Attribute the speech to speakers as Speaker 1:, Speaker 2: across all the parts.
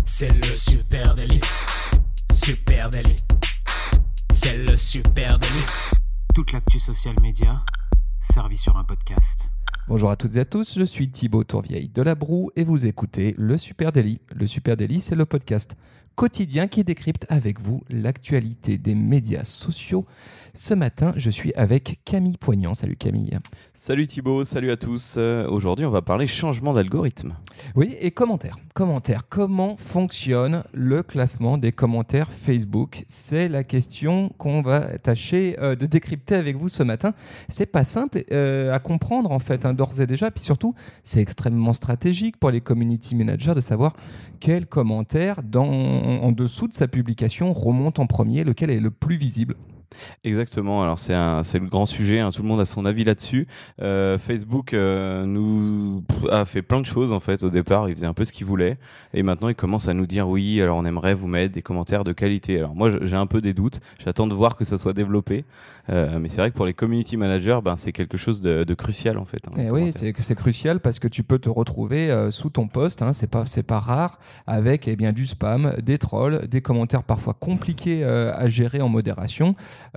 Speaker 1: C'est le Super Daily. Super Daily. C'est le Super Daily. Toute l'actu social média servie sur un podcast.
Speaker 2: Bonjour à toutes et à tous, je suis Thibaut Tourvieille de La Broue et vous écoutez le Super Daily. Le Super Daily, c'est le podcast quotidien qui décrypte avec vous l'actualité des médias sociaux. Ce matin, je suis avec Camille Poignant. Salut Camille.
Speaker 3: Salut Thibaut, salut à tous. Aujourd'hui, on va parler changement d'algorithme.
Speaker 2: Oui, et commentaires. Comment fonctionne le classement des commentaires Facebook ? C'est la question qu'on va tâcher de décrypter avec vous ce matin. C'est pas simple à comprendre en fait, d'ores et déjà. Puis surtout, c'est extrêmement stratégique pour les community managers de savoir quel commentaire en dessous de sa publication remonte en premier, lequel est le plus visible.
Speaker 3: Exactement, alors c'est le grand sujet, tout le monde a son avis là-dessus. Facebook nous a fait plein de choses en fait. Au départ, il faisait un peu ce qu'il voulait et maintenant il commence à nous dire oui, alors on aimerait vous mettre des commentaires de qualité. Alors moi j'ai un peu des doutes, j'attends de voir que ça soit développé, mais c'est vrai que pour les community managers, c'est quelque chose de crucial en fait.
Speaker 2: Et oui, c'est crucial parce que tu peux te retrouver sous ton post, c'est pas rare, avec du spam, des trolls, des commentaires parfois compliqués à gérer en modération.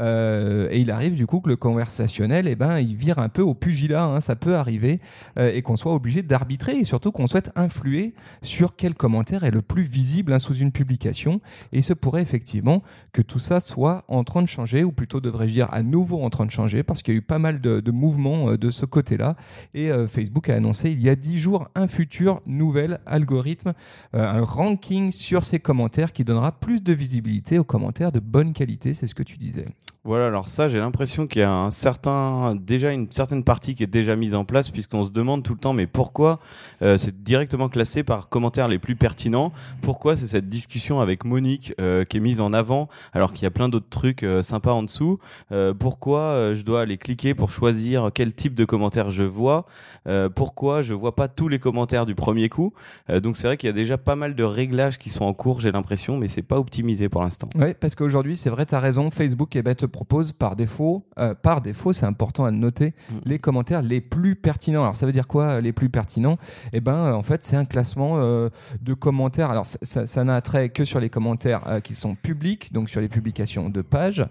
Speaker 2: Et il arrive du coup que le conversationnel il vire un peu au pugilat, ça peut arriver, et qu'on soit obligé d'arbitrer et surtout qu'on souhaite influer sur quel commentaire est le plus visible sous une publication. Et il se pourrait effectivement que tout ça soit en train de changer, ou plutôt devrais-je dire à nouveau en train de changer, parce qu'il y a eu pas mal de mouvements de ce côté-là. Et Facebook a annoncé il y a 10 jours un futur nouvel algorithme, un ranking sur ces commentaires qui donnera plus de visibilité aux commentaires de bonne qualité, c'est ce que tu disais.
Speaker 3: Voilà, alors ça, j'ai l'impression qu'il y a déjà une certaine partie qui est déjà mise en place, puisqu'on se demande tout le temps, mais pourquoi c'est directement classé par commentaires les plus pertinents ? Pourquoi c'est cette discussion avec Monique qui est mise en avant, alors qu'il y a plein d'autres trucs sympas en dessous ? Pourquoi je dois aller cliquer pour choisir quel type de commentaire je vois ? Pourquoi je vois pas tous les commentaires du premier coup ? Donc c'est vrai qu'il y a déjà pas mal de réglages qui sont en cours, j'ai l'impression, mais c'est pas optimisé pour l'instant.
Speaker 2: Oui, parce qu'aujourd'hui, c'est vrai, tu as raison, Facebook te propose par défaut, c'est important à le noter, les commentaires les plus pertinents. Alors ça veut dire quoi les plus pertinents ? En fait, c'est un classement de commentaires. Alors ça n'a trait que sur les commentaires qui sont publics, donc sur les publications de pages.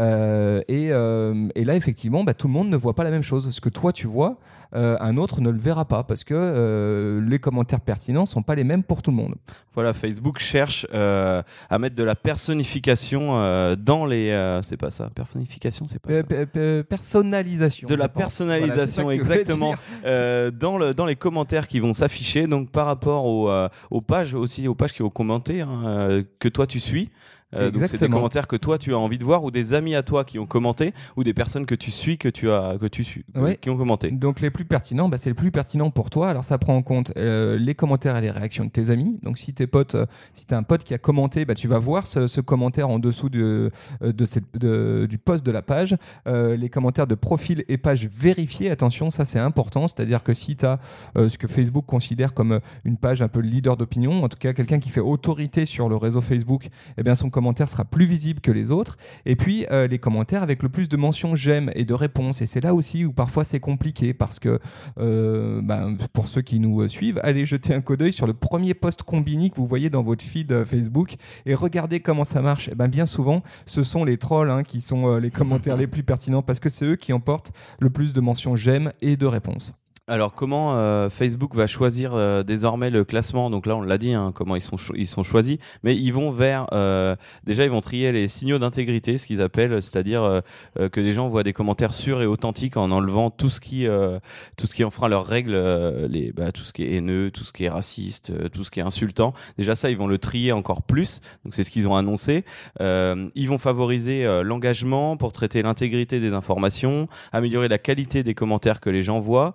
Speaker 2: Et là, effectivement, tout le monde ne voit pas la même chose. Ce que toi tu vois, un autre ne le verra pas, parce que les commentaires pertinents ne sont pas les mêmes pour tout le monde.
Speaker 3: Voilà, Facebook cherche à mettre de la personnification dans les... c'est pas ça, personnification, c'est pas ça.
Speaker 2: Personnalisation.
Speaker 3: De la personnalisation, voilà, exactement. Dans les commentaires qui vont s'afficher, donc par rapport aux pages qui vont commenter, que toi tu suis. Donc c'est des commentaires que toi tu as envie de voir, ou des amis à toi qui ont commenté, ou des personnes que tu suis qui ont commenté.
Speaker 2: Donc les plus pertinents, c'est le plus pertinent pour toi. Alors ça prend en compte les commentaires et les réactions de tes amis. Donc si t'as un pote qui a commenté, tu vas voir ce commentaire en dessous du post de la page. Les commentaires de profil et pages vérifiées, attention, ça c'est important. C'est-à-dire que si tu as ce que Facebook considère comme une page un peu leader d'opinion, en tout cas quelqu'un qui fait autorité sur le réseau Facebook, son commentaire sera plus visible que les autres. Et puis les commentaires avec le plus de mentions j'aime et de réponses. Et c'est là aussi où parfois c'est compliqué, parce que pour ceux qui nous suivent, allez jeter un coup d'œil sur le premier post Combini que vous voyez dans votre feed Facebook et regardez comment ça marche. Bien souvent, ce sont les trolls qui sont les commentaires les plus pertinents, parce que c'est eux qui emportent le plus de mentions j'aime et de réponses.
Speaker 3: Alors comment Facebook va choisir désormais le classement ? Donc là on l'a dit, comment ils sont choisis, mais ils vont déjà ils vont trier les signaux d'intégrité, ce qu'ils appellent, c'est-à-dire que les gens voient des commentaires sûrs et authentiques en enlevant tout ce qui enfreint leurs règles, tout ce qui est haineux, tout ce qui est raciste, tout ce qui est insultant. Déjà ça ils vont le trier encore plus, donc c'est ce qu'ils ont annoncé. Ils vont favoriser l'engagement pour traiter l'intégrité des informations, améliorer la qualité des commentaires que les gens voient.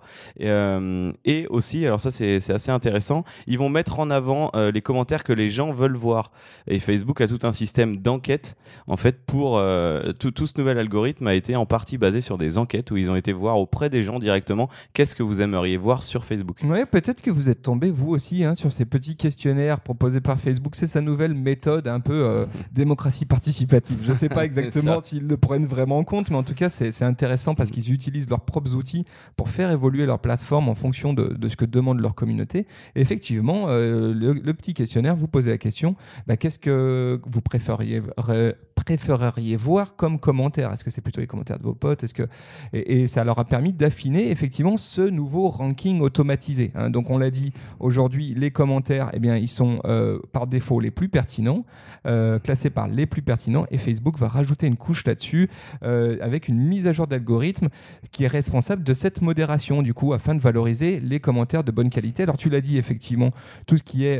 Speaker 3: Et aussi, alors ça c'est assez intéressant, ils vont mettre en avant les commentaires que les gens veulent voir. Et Facebook a tout un système d'enquête. En fait, pour tout ce nouvel algorithme a été en partie basé sur des enquêtes où ils ont été voir auprès des gens directement qu'est-ce que vous aimeriez voir sur Facebook.
Speaker 2: Ouais, peut-être que vous êtes tombé vous aussi sur ces petits questionnaires proposés par Facebook. C'est sa nouvelle méthode un peu démocratie participative. Je ne sais pas exactement s'ils le prennent vraiment en compte, mais en tout cas c'est intéressant parce qu'ils utilisent leurs propres outils pour faire évoluer leur plateforme plateforme en fonction de ce que demande leur communauté. Et effectivement, le petit questionnaire vous posez la question, qu'est-ce que vous préféreriez voir comme commentaire? Est-ce que c'est plutôt les commentaires de vos potes? Et ça leur a permis d'affiner effectivement ce nouveau ranking automatisé, hein. Donc on l'a dit, aujourd'hui les commentaires, ils sont par défaut les plus pertinents, classés par les plus pertinents, et Facebook va rajouter une couche là-dessus avec une mise à jour d'algorithme qui est responsable de cette modération, du coup, afin de valoriser les commentaires de bonne qualité. Alors tu l'as dit, effectivement, tout ce qui est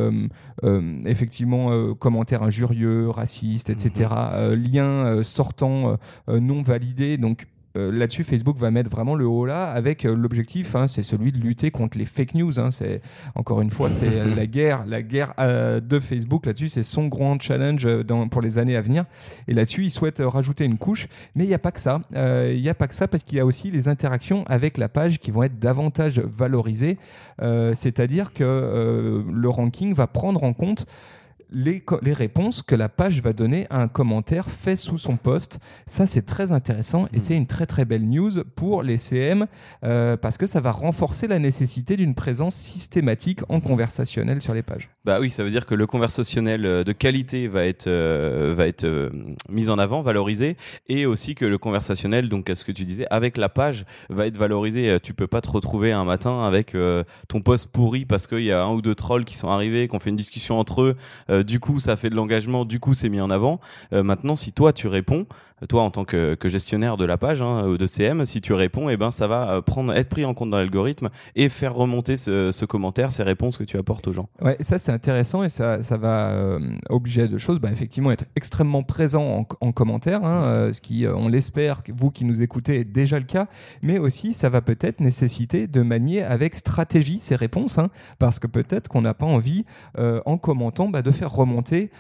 Speaker 2: commentaires injurieux, racistes, etc., liens sortants non validés, donc là-dessus, Facebook va mettre vraiment le haut là avec l'objectif, hein, c'est celui de lutter contre les fake news, hein. C'est, encore une fois, c'est la guerre de Facebook là-dessus, c'est son grand challenge pour les années à venir. Et là-dessus, il souhaite rajouter une couche, mais il n'y a pas que ça. Il n'y a pas que ça, parce qu'il y a aussi les interactions avec la page qui vont être davantage valorisées. C'est-à-dire que le ranking va prendre en compte les réponses que la page va donner à un commentaire fait sous son post. Ça, c'est très intéressant et c'est une très très belle news pour les CM parce que ça va renforcer la nécessité d'une présence systématique en conversationnel sur les pages.
Speaker 3: Bah oui, ça veut dire que le conversationnel de qualité va être mis en avant, valorisé, et aussi que le conversationnel, donc ce que tu disais, avec la page, va être valorisé. Tu peux pas te retrouver un matin avec ton post pourri parce qu'il y a un ou deux trolls qui sont arrivés, qui ont fait une discussion entre eux. Du coup, ça fait de l'engagement, du coup, c'est mis en avant. Maintenant, si toi, tu réponds, toi, en tant que gestionnaire de la page, ou de CM, si tu réponds, ça va être pris en compte dans l'algorithme et faire remonter ce commentaire, ces réponses que tu apportes aux gens.
Speaker 2: Ouais, ça, c'est intéressant et ça va obliger à deux choses. Effectivement, être extrêmement présent en commentaire, hein, ce qui, on l'espère, vous qui nous écoutez, est déjà le cas, mais aussi, ça va peut-être nécessiter de manier avec stratégie ces réponses, hein, parce que peut-être qu'on n'a pas envie, en commentant, de faire remonter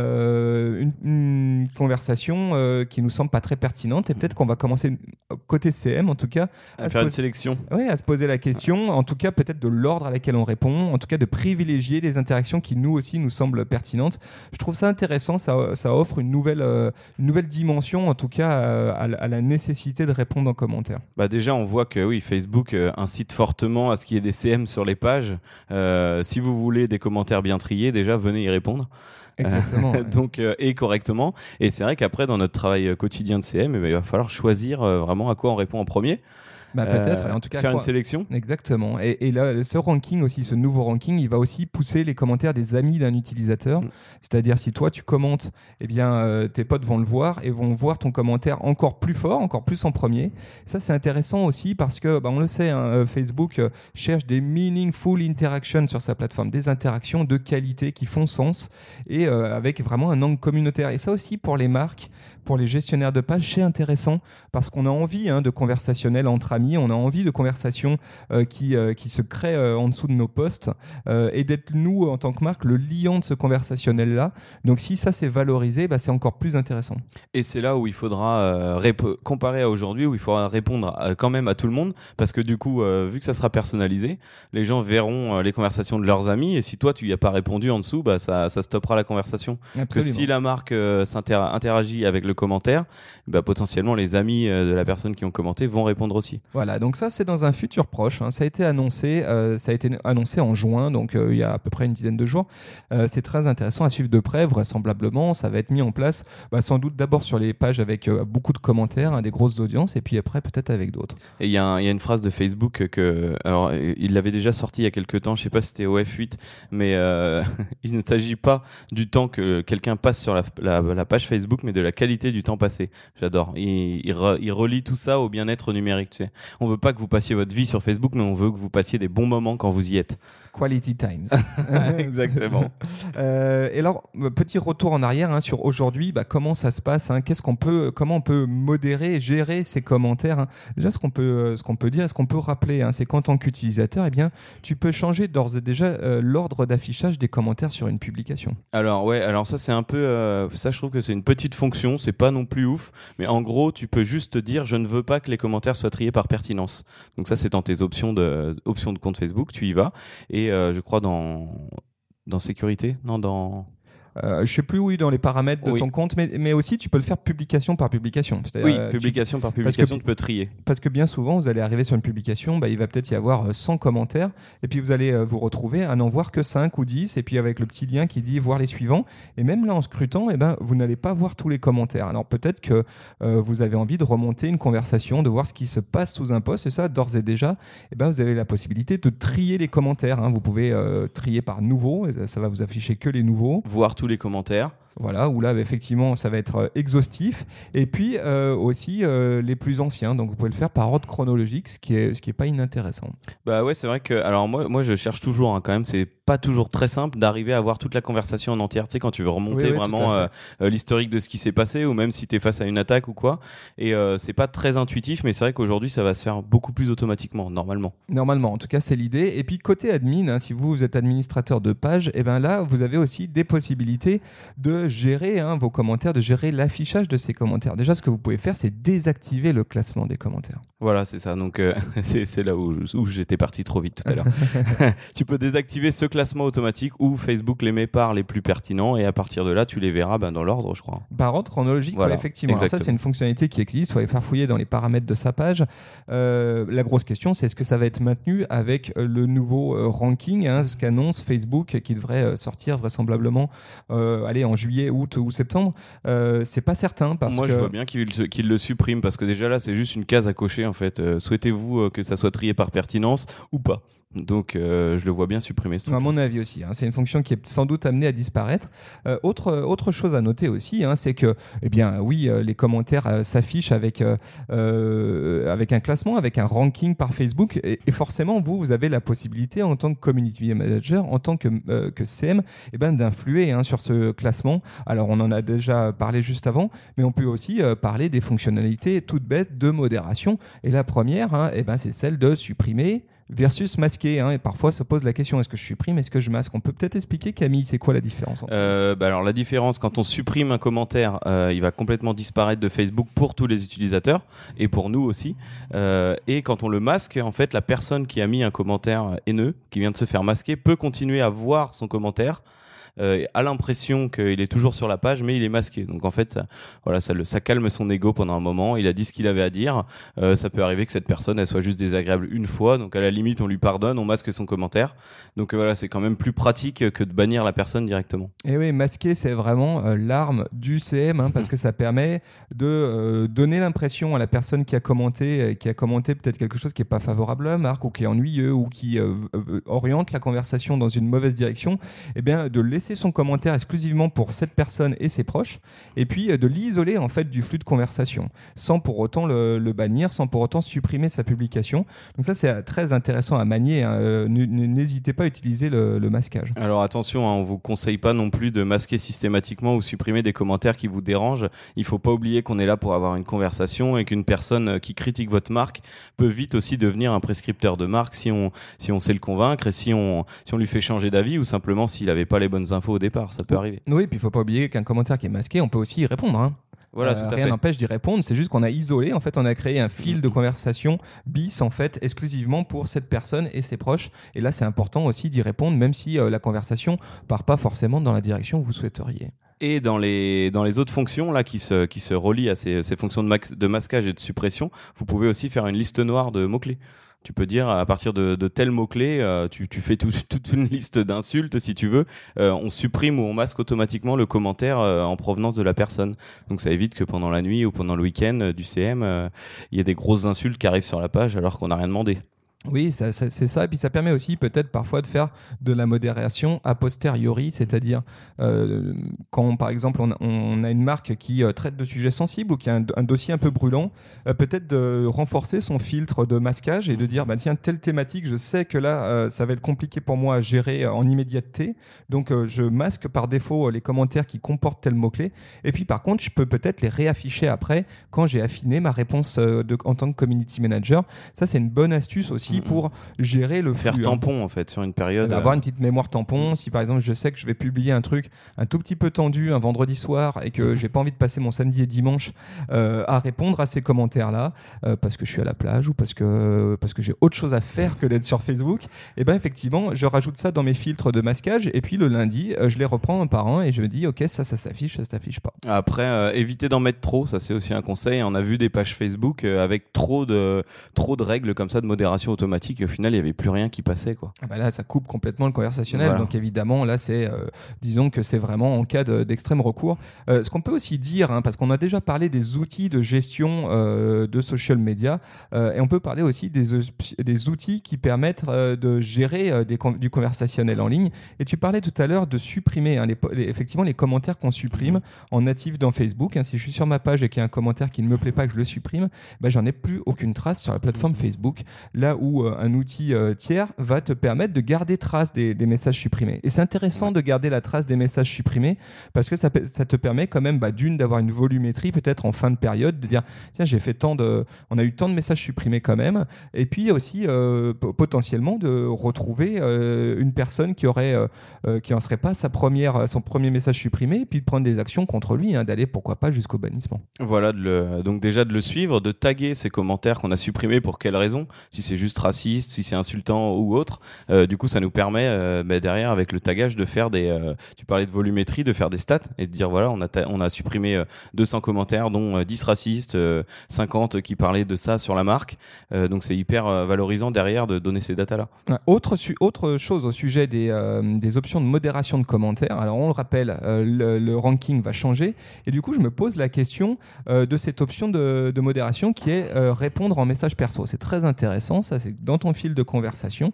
Speaker 2: une conversation qui nous semble pas très pertinente, et peut-être qu'on va commencer côté CM en tout cas
Speaker 3: à faire une sélection.
Speaker 2: Oui, à se poser la question, en tout cas peut-être de l'ordre à laquelle on répond, en tout cas de privilégier les interactions qui nous aussi nous semblent pertinentes. Je trouve ça intéressant, ça offre une nouvelle dimension en tout cas à la nécessité de répondre en commentaire.
Speaker 3: Déjà on voit que oui, Facebook incite fortement à ce qu'il y ait des CM sur les pages. Si vous voulez des commentaires bien triés, déjà venez y répondre.
Speaker 2: Exactement. Ouais.
Speaker 3: Donc, et correctement. Et c'est vrai qu'après, dans notre travail quotidien de CM, il va falloir choisir vraiment à quoi on répond en premier.
Speaker 2: Peut-être, en tout cas
Speaker 3: faire une sélection.
Speaker 2: Exactement. Et là, ce ranking aussi, ce nouveau ranking, il va aussi pousser les commentaires des amis d'un utilisateur. C'est-à-dire, si toi tu commentes, tes potes vont le voir et vont voir ton commentaire encore plus fort, encore plus en premier. Ça, c'est intéressant aussi parce que, on le sait, hein, Facebook cherche des meaningful interactions sur sa plateforme, des interactions de qualité qui font sens et avec vraiment un angle communautaire. Et ça aussi, pour les marques, pour les gestionnaires de pages, c'est intéressant parce qu'on a envie de conversationnel entre amis, on a envie de conversations qui se créent en dessous de nos posts et d'être nous, en tant que marque, le liant de ce conversationnel-là. Donc si ça c'est valorisé, c'est encore plus intéressant.
Speaker 3: Et c'est là où il faudra, comparer à aujourd'hui, où il faudra répondre quand même à tout le monde, parce que du coup, vu que ça sera personnalisé, les gens verront les conversations de leurs amis, et si toi tu n'y as pas répondu en dessous, ça stoppera la conversation.
Speaker 2: Absolument.
Speaker 3: Que si la marque interagit avec le commentaire, potentiellement les amis de la personne qui ont commenté vont répondre aussi.
Speaker 2: Voilà, donc ça c'est dans un futur proche, hein. Ça a été annoncé en juin, donc il y a à peu près une dizaine de jours. C'est très intéressant à suivre de près, vraisemblablement ça va être mis en place sans doute d'abord sur les pages avec beaucoup de commentaires, hein, des grosses audiences, et puis après peut-être avec d'autres.
Speaker 3: Et il y a une phrase de Facebook alors il l'avait déjà sorti il y a quelques temps, je sais pas si c'était au F8, mais il ne s'agit pas du temps que quelqu'un passe sur la page Facebook, mais de la qualité du temps passé. J'adore. Il relie tout ça au bien-être numérique. Tu sais. On veut pas que vous passiez votre vie sur Facebook, mais on veut que vous passiez des bons moments quand vous y êtes.
Speaker 2: Quality times.
Speaker 3: Exactement.
Speaker 2: Et alors, petit retour en arrière sur aujourd'hui, comment ça se passe, hein, comment on peut modérer et gérer ces commentaires, hein. Déjà, ce qu'on peut dire, ce qu'on peut rappeler, hein, c'est qu'en tant qu'utilisateur, tu peux changer d'ores et déjà l'ordre d'affichage des commentaires sur une publication.
Speaker 3: Alors ça c'est un peu, ça je trouve que c'est une petite fonction, c'est pas non plus ouf, mais en gros tu peux juste te dire je ne veux pas que les commentaires soient triés par pertinence. Donc ça c'est dans tes options de compte Facebook, tu y vas et je crois dans sécurité, non dans
Speaker 2: je sais plus où dans les paramètres de ton compte, mais aussi tu peux le faire publication par publication.
Speaker 3: Oui, publication par publication, tu peux trier.
Speaker 2: Parce que bien souvent, vous allez arriver sur une publication, il va peut-être y avoir 100 commentaires, et puis vous allez vous retrouver à n'en voir que 5 ou 10, et puis avec le petit lien qui dit voir les suivants. Et même là, en scrutant, vous n'allez pas voir tous les commentaires. Alors peut-être que vous avez envie de remonter une conversation, de voir ce qui se passe sous un post, et ça, d'ores et déjà, vous avez la possibilité de trier les commentaires. Vous pouvez trier par nouveau, ça va vous afficher que les nouveaux.
Speaker 3: Voir tous les commentaires.
Speaker 2: Voilà, où là, effectivement, ça va être exhaustif. Et puis aussi les plus anciens. Donc, vous pouvez le faire par ordre chronologique, ce qui est pas inintéressant.
Speaker 3: Bah ouais, c'est vrai que. Alors, moi je cherche toujours, quand même. C'est pas toujours très simple d'arriver à voir toute la conversation en entière. Tu sais, quand tu veux remonter vraiment l'historique de ce qui s'est passé, ou même si tu es face à une attaque ou quoi. Et c'est pas très intuitif, mais c'est vrai qu'aujourd'hui, ça va se faire beaucoup plus automatiquement, normalement.
Speaker 2: Normalement, en tout cas, c'est l'idée. Et puis, côté admin, si vous êtes administrateur de page, là, vous avez aussi des possibilités de gérer vos commentaires, de gérer l'affichage de ces commentaires. Déjà, ce que vous pouvez faire, c'est désactiver le classement des commentaires.
Speaker 3: Voilà, c'est ça. Donc, c'est là où j'étais parti trop vite tout à l'heure. Tu peux désactiver ce classement automatique où Facebook les met par les plus pertinents et à partir de là, tu les verras dans l'ordre, je crois.
Speaker 2: Par ordre chronologique,
Speaker 3: voilà,
Speaker 2: effectivement. Alors ça, c'est une fonctionnalité qui existe. Il faut aller farfouiller dans les paramètres de sa page. La grosse question, c'est est-ce que ça va être maintenu avec le nouveau ranking, ce qu'annonce Facebook, qui devrait sortir vraisemblablement en juillet, août ou septembre. C'est pas certain parce
Speaker 3: Moi, je vois bien qu'il le supprime parce que déjà là, c'est juste une case à cocher en fait. Souhaitez-vous que ça soit trié par pertinence ou pas? Donc, je le vois bien supprimer.
Speaker 2: À mon avis aussi. C'est une fonction qui est sans doute amenée à disparaître. Autre chose à noter aussi, c'est que, les commentaires s'affichent avec un classement, avec un ranking par Facebook. Et forcément, vous avez la possibilité, en tant que community manager, en tant que CM, d'influer sur ce classement. Alors, on en a déjà parlé juste avant, mais on peut aussi parler des fonctionnalités toutes bêtes de modération. Et la première, c'est celle de supprimer versus masquer, et parfois se pose la question, est-ce que je supprime, est-ce que je masque? On peut peut-être expliquer, Camille, c'est quoi la différence entre
Speaker 3: alors la différence, quand on supprime un commentaire, il va complètement disparaître de Facebook pour tous les utilisateurs et pour nous aussi, et quand on le masque, en fait, la personne qui a mis un commentaire haineux, qui vient de se faire masquer, peut continuer à voir son commentaire, a l'impression qu'il est toujours sur la page, mais il est masqué. Donc en fait, ça calme son ego pendant un moment. Il a dit ce qu'il avait à dire. Ça peut arriver que cette personne, elle soit juste désagréable une fois. Donc à la limite, on lui pardonne, on masque son commentaire. Donc c'est quand même plus pratique que de bannir la personne directement.
Speaker 2: Et oui, masquer, c'est vraiment l'arme du CM, parce que ça permet de donner l'impression à la personne qui a commenté peut-être quelque chose qui n'est pas favorable à la marque, ou qui est ennuyeux, ou qui oriente la conversation dans une mauvaise direction, de laisser son commentaire exclusivement pour cette personne et ses proches, et puis de l'isoler en fait du flux de conversation, sans pour autant le bannir, sans pour autant supprimer sa publication. Donc ça, c'est très intéressant à manier. N'hésitez pas à utiliser le masquage.
Speaker 3: Alors attention, on vous conseille pas non plus de masquer systématiquement ou supprimer des commentaires qui vous dérangent. Il faut pas oublier qu'on est là pour avoir une conversation et qu'une personne qui critique votre marque peut vite aussi devenir un prescripteur de marque si on sait le convaincre et si on lui fait changer d'avis, ou simplement s'il n'avait pas les bonnes infos au départ, ça peut arriver.
Speaker 2: Oui, puis il faut pas oublier qu'un commentaire qui est masqué, on peut aussi y répondre.
Speaker 3: Voilà, tout à fait.
Speaker 2: Rien n'empêche d'y répondre, c'est juste qu'on a isolé, en fait, on a créé un fil de conversation bis, en fait, exclusivement pour cette personne et ses proches. Et là, c'est important aussi d'y répondre, même si la conversation part pas forcément dans la direction où vous souhaiteriez.
Speaker 3: Et dans les autres fonctions là qui se relient à ces fonctions de masquage et de suppression, vous pouvez aussi faire une liste noire de mots-clés. Tu peux dire à partir de tels mots-clés, tu fais toute une liste d'insultes si tu veux, on supprime ou on masque automatiquement le commentaire en provenance de la personne. Donc ça évite que pendant la nuit ou pendant le week-end du CM, il y ait des grosses insultes qui arrivent sur la page alors qu'on n'a rien demandé.
Speaker 2: Oui, c'est ça. Et puis ça permet aussi peut-être parfois de faire de la modération a posteriori, c'est-à-dire quand par exemple on a une marque qui traite de sujets sensibles ou qui a un dossier un peu brûlant, peut-être de renforcer son filtre de masquage et de dire tiens, telle thématique, je sais que là ça va être compliqué pour moi à gérer en immédiateté, donc je masque par défaut les commentaires qui comportent tel mot-clé, et puis par contre je peux peut-être les réafficher après quand j'ai affiné ma réponse en tant que community manager. Ça, c'est une bonne astuce aussi outil pour gérer le flux.
Speaker 3: Faire tampon en fait sur une période.
Speaker 2: Avoir une petite mémoire tampon. Si par exemple je sais que je vais publier un truc un tout petit peu tendu un vendredi soir et que j'ai pas envie de passer mon samedi et dimanche à répondre à ces commentaires-là parce que je suis à la plage ou parce que j'ai autre chose à faire que d'être sur Facebook, et ben effectivement je rajoute ça dans mes filtres de masquage et puis le lundi je les reprends un par un et je me dis ok ça s'affiche, ça s'affiche pas.
Speaker 3: Après éviter d'en mettre trop, ça c'est aussi un conseil. On a vu des pages Facebook avec trop de règles comme ça de modération automatique et au final il y avait plus rien qui passait quoi.
Speaker 2: Ah bah là ça coupe complètement le conversationnel,
Speaker 3: voilà.
Speaker 2: Donc évidemment là c'est disons que c'est vraiment en cas d'extrême recours. Ce qu'on peut aussi dire parce qu'on a déjà parlé des outils de gestion de social media et on peut parler aussi des outils qui permettent de gérer du conversationnel en ligne. Et tu parlais tout à l'heure de supprimer effectivement les commentaires qu'on supprime en natif dans Facebook. Si je suis sur ma page et qu'il y a un commentaire qui ne me plaît pas, que je le supprime, j'en ai plus aucune trace sur la plateforme Facebook, là où un outil tiers va te permettre de garder trace des messages supprimés. Et c'est intéressant de garder la trace des messages supprimés parce que ça te permet quand même d'avoir une volumétrie peut-être en fin de période, de dire tiens on a eu tant de messages supprimés quand même, et puis aussi potentiellement de retrouver une personne qui en serait pas son premier message supprimé, et puis de prendre des actions contre lui, d'aller pourquoi pas jusqu'au bannissement.
Speaker 3: Voilà, donc déjà de le suivre, de taguer ces commentaires qu'on a supprimés, pour quelles raisons, si c'est juste raciste, si c'est insultant ou autre. Du coup ça nous permet derrière avec le tagage de faire tu parlais de volumétrie, de faire des stats et de dire voilà on a supprimé 200 commentaires dont 10 racistes, 50 qui parlaient de ça sur la marque, donc c'est hyper valorisant derrière de donner ces datas là.
Speaker 2: Autre chose au sujet des options de modération de commentaires, alors on le rappelle, le ranking va changer et du coup je me pose la question de cette option de modération qui est répondre en message perso. C'est très intéressant, ça c'est dans ton fil de conversation,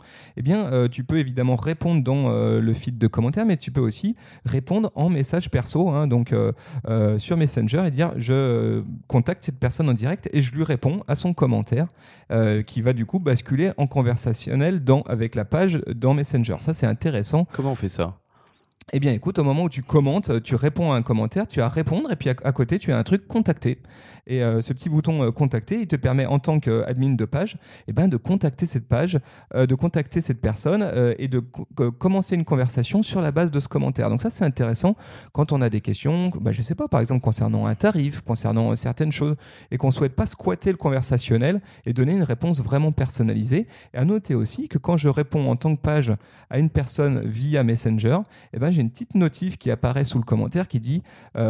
Speaker 2: tu peux évidemment répondre dans le fil de commentaires, mais tu peux aussi répondre en message perso, donc sur Messenger, et dire je contacte cette personne en direct et je lui réponds à son commentaire qui va du coup basculer en conversationnel avec la page dans Messenger. Ça c'est intéressant.
Speaker 3: Comment on fait ça ?
Speaker 2: Eh bien écoute, au moment où tu commentes, tu réponds à un commentaire, tu as répondre et puis à côté tu as un truc contacter. Et ce petit bouton contacter, il te permet en tant qu'admin de page de contacter cette page, de contacter cette personne et de commencer une conversation sur la base de ce commentaire. Donc ça c'est intéressant quand on a des questions, je sais pas, par exemple concernant un tarif, concernant certaines choses et qu'on souhaite pas squatter le conversationnel et donner une réponse vraiment personnalisée. Et à noter aussi que quand je réponds en tant que page à une personne via Messenger, j'ai une petite notif qui apparaît sous le commentaire qui dit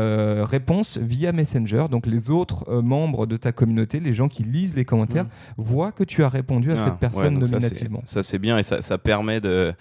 Speaker 2: réponse via Messenger. Donc les autres membres de ta communauté, les gens qui lisent les commentaires, voient que tu as répondu à cette personne nominativement.
Speaker 3: Ça c'est bien et ça permet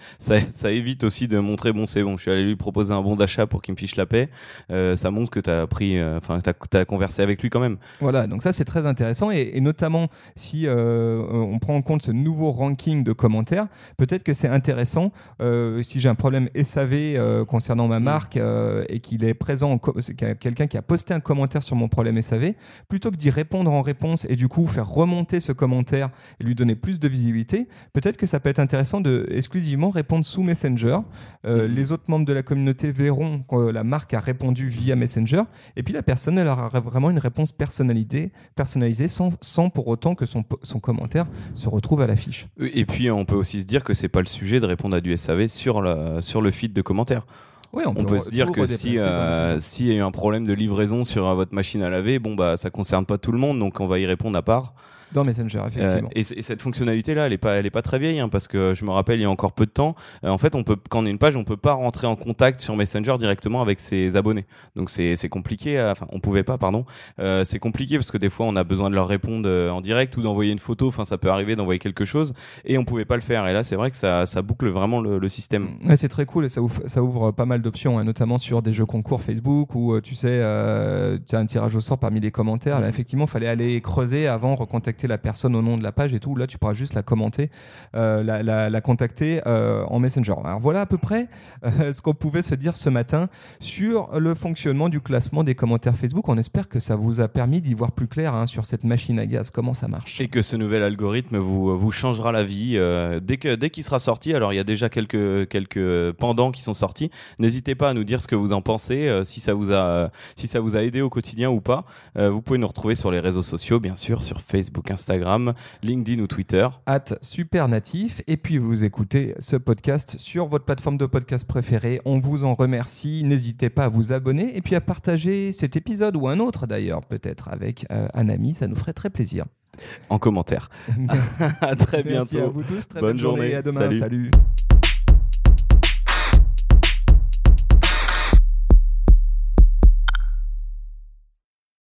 Speaker 3: ça évite aussi de montrer c'est bon, je suis allé lui proposer un bon d'achat pour qu'il me fiche la paix. Ça montre que tu as pris, t'as conversé avec lui quand même.
Speaker 2: Voilà, donc ça c'est très intéressant et notamment si on prend en compte ce nouveau ranking de commentaires, peut-être que c'est intéressant si j'ai un problème SAV concernant ma marque et qu'il est présent, quelqu'un qui a posté un commentaire sur mon problème SAV, plutôt que d'y répondre en réponse et du coup faire remonter ce commentaire et lui donner plus de visibilité, peut-être que ça peut être intéressant de exclusivement répondre sous Messenger. Les autres membres de la communauté verront que la marque a répondu via Messenger et puis la personne elle aura vraiment une réponse personnalisée sans pour autant que son commentaire se retrouve à l'affiche.
Speaker 3: Et puis on peut aussi se dire que c'est pas le sujet de répondre à du SAV sur le feed de commentaires.
Speaker 2: Oui,
Speaker 3: on peut se dire que s'il y a eu un problème de livraison sur votre machine à laver, ça concerne pas tout le monde, donc on va y répondre à part.
Speaker 2: Dans Messenger, effectivement.
Speaker 3: Et cette fonctionnalité-là, elle est pas très vieille, parce que je me rappelle, il y a encore peu de temps, en fait, quand on a une page, on peut pas rentrer en contact sur Messenger directement avec ses abonnés. Donc c'est compliqué. On pouvait pas, pardon. C'est compliqué parce que des fois, on a besoin de leur répondre en direct ou d'envoyer une photo. Ça peut arriver d'envoyer quelque chose et on pouvait pas le faire. Et là, c'est vrai que ça boucle vraiment le système.
Speaker 2: Ouais, c'est très cool et ça ouvre pas mal d'options, notamment sur des jeux concours Facebook où tu as un tirage au sort parmi les commentaires. Là, effectivement, il fallait aller creuser avant, recontacter la personne au nom de la page et tout. Là, tu pourras juste la commenter, la contacter en Messenger. Alors voilà à peu près ce qu'on pouvait se dire ce matin sur le fonctionnement du classement des commentaires Facebook. On espère que ça vous a permis d'y voir plus clair sur cette machine à gaz, comment ça marche.
Speaker 3: Et que ce nouvel algorithme vous changera la vie. Dès qu'il sera sorti, alors il y a déjà quelques pendants qui sont sortis. N'hésitez pas à nous dire ce que vous en pensez, si ça vous a aidé au quotidien ou pas. Vous pouvez nous retrouver sur les réseaux sociaux, bien sûr, sur Facebook, Instagram, LinkedIn ou Twitter.
Speaker 2: @supernatif. Et puis vous écoutez ce podcast sur votre plateforme de podcast préférée. On vous en remercie. N'hésitez pas à vous abonner et puis à partager cet épisode ou un autre d'ailleurs, peut-être avec un ami. Ça nous ferait très plaisir.
Speaker 3: En commentaire. À très bientôt.
Speaker 2: Merci à vous tous. Très
Speaker 3: bonne journée.
Speaker 2: À demain.
Speaker 3: Salut.
Speaker 2: Salut.